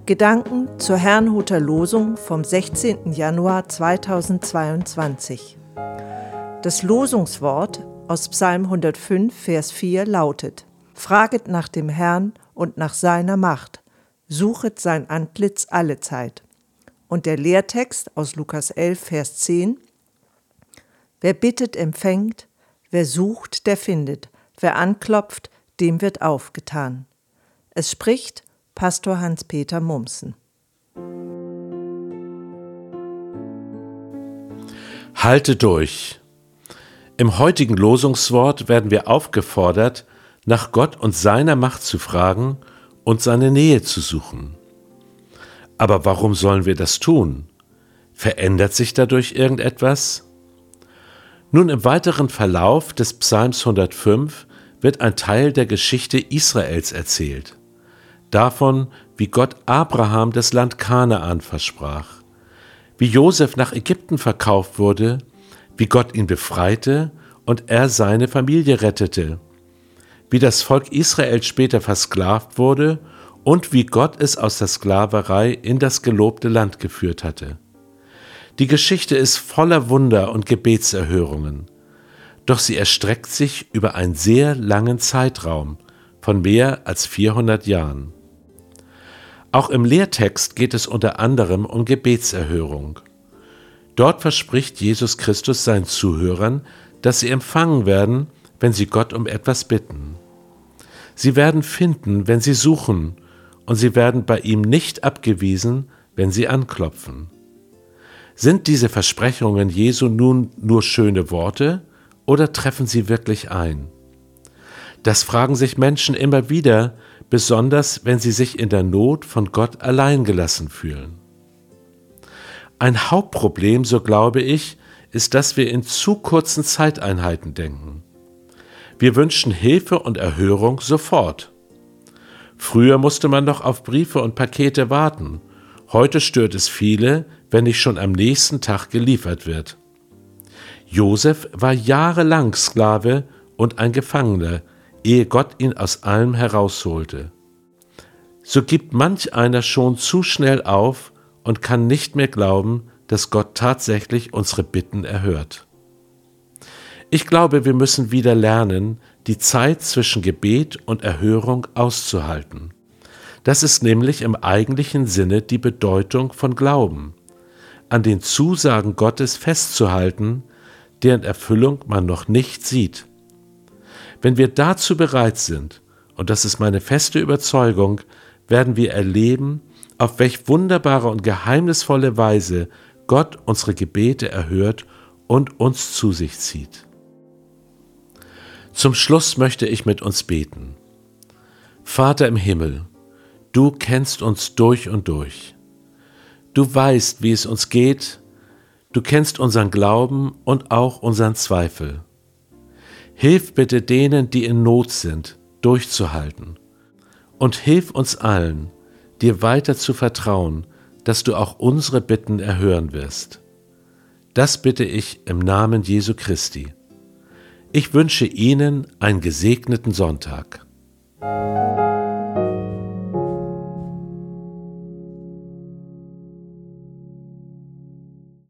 Gedanken zur Herrnhuter Losung vom 16. Januar 2022. Das Losungswort aus Psalm 105, Vers 4 lautet: Fraget nach dem Herrn und nach seiner Macht, suchet sein Antlitz allezeit. Und der Lehrtext aus Lukas 11, Vers 10: Wer bittet, empfängt, wer sucht, der findet, wer anklopft, dem wird aufgetan. Es spricht Pastor Hans-Peter Mumsen. Halte durch. Im heutigen Losungswort werden wir aufgefordert, nach Gott und seiner Macht zu fragen und seine Nähe zu suchen. Aber warum sollen wir das tun? Verändert sich dadurch irgendetwas? Nun, im weiteren Verlauf des Psalms 105 wird ein Teil der Geschichte Israels erzählt. Davon, wie Gott Abraham das Land Kanaan versprach, wie Josef nach Ägypten verkauft wurde, wie Gott ihn befreite und er seine Familie rettete, wie das Volk Israel später versklavt wurde und wie Gott es aus der Sklaverei in das gelobte Land geführt hatte. Die Geschichte ist voller Wunder und Gebetserhörungen, doch sie erstreckt sich über einen sehr langen Zeitraum von mehr als 400 Jahren. Auch im Lehrtext geht es unter anderem um Gebetserhörung. Dort verspricht Jesus Christus seinen Zuhörern, dass sie empfangen werden, wenn sie Gott um etwas bitten. Sie werden finden, wenn sie suchen, und sie werden bei ihm nicht abgewiesen, wenn sie anklopfen. Sind diese Versprechungen Jesu nun nur schöne Worte oder treffen sie wirklich ein? Das fragen sich Menschen immer wieder, besonders wenn sie sich in der Not von Gott allein gelassen fühlen. Ein Hauptproblem, so glaube ich, ist, dass wir in zu kurzen Zeiteinheiten denken. Wir wünschen Hilfe und Erhörung sofort. Früher musste man noch auf Briefe und Pakete warten. Heute stört es viele, wenn nicht schon am nächsten Tag geliefert wird. Josef war jahrelang Sklave und ein Gefangener, ehe Gott ihn aus allem herausholte. So gibt manch einer schon zu schnell auf und kann nicht mehr glauben, dass Gott tatsächlich unsere Bitten erhört. Ich glaube, wir müssen wieder lernen, die Zeit zwischen Gebet und Erhörung auszuhalten. Das ist nämlich im eigentlichen Sinne die Bedeutung von Glauben, an den Zusagen Gottes festzuhalten, deren Erfüllung man noch nicht sieht. Wenn wir dazu bereit sind, und das ist meine feste Überzeugung, werden wir erleben, auf welch wunderbare und geheimnisvolle Weise Gott unsere Gebete erhört und uns zu sich zieht. Zum Schluss möchte ich mit uns beten. Vater im Himmel, du kennst uns durch und durch. Du weißt, wie es uns geht, du kennst unseren Glauben und auch unseren Zweifel. Hilf bitte denen, die in Not sind, durchzuhalten. Und hilf uns allen, dir weiter zu vertrauen, dass du auch unsere Bitten erhören wirst. Das bitte ich im Namen Jesu Christi. Ich wünsche Ihnen einen gesegneten Sonntag.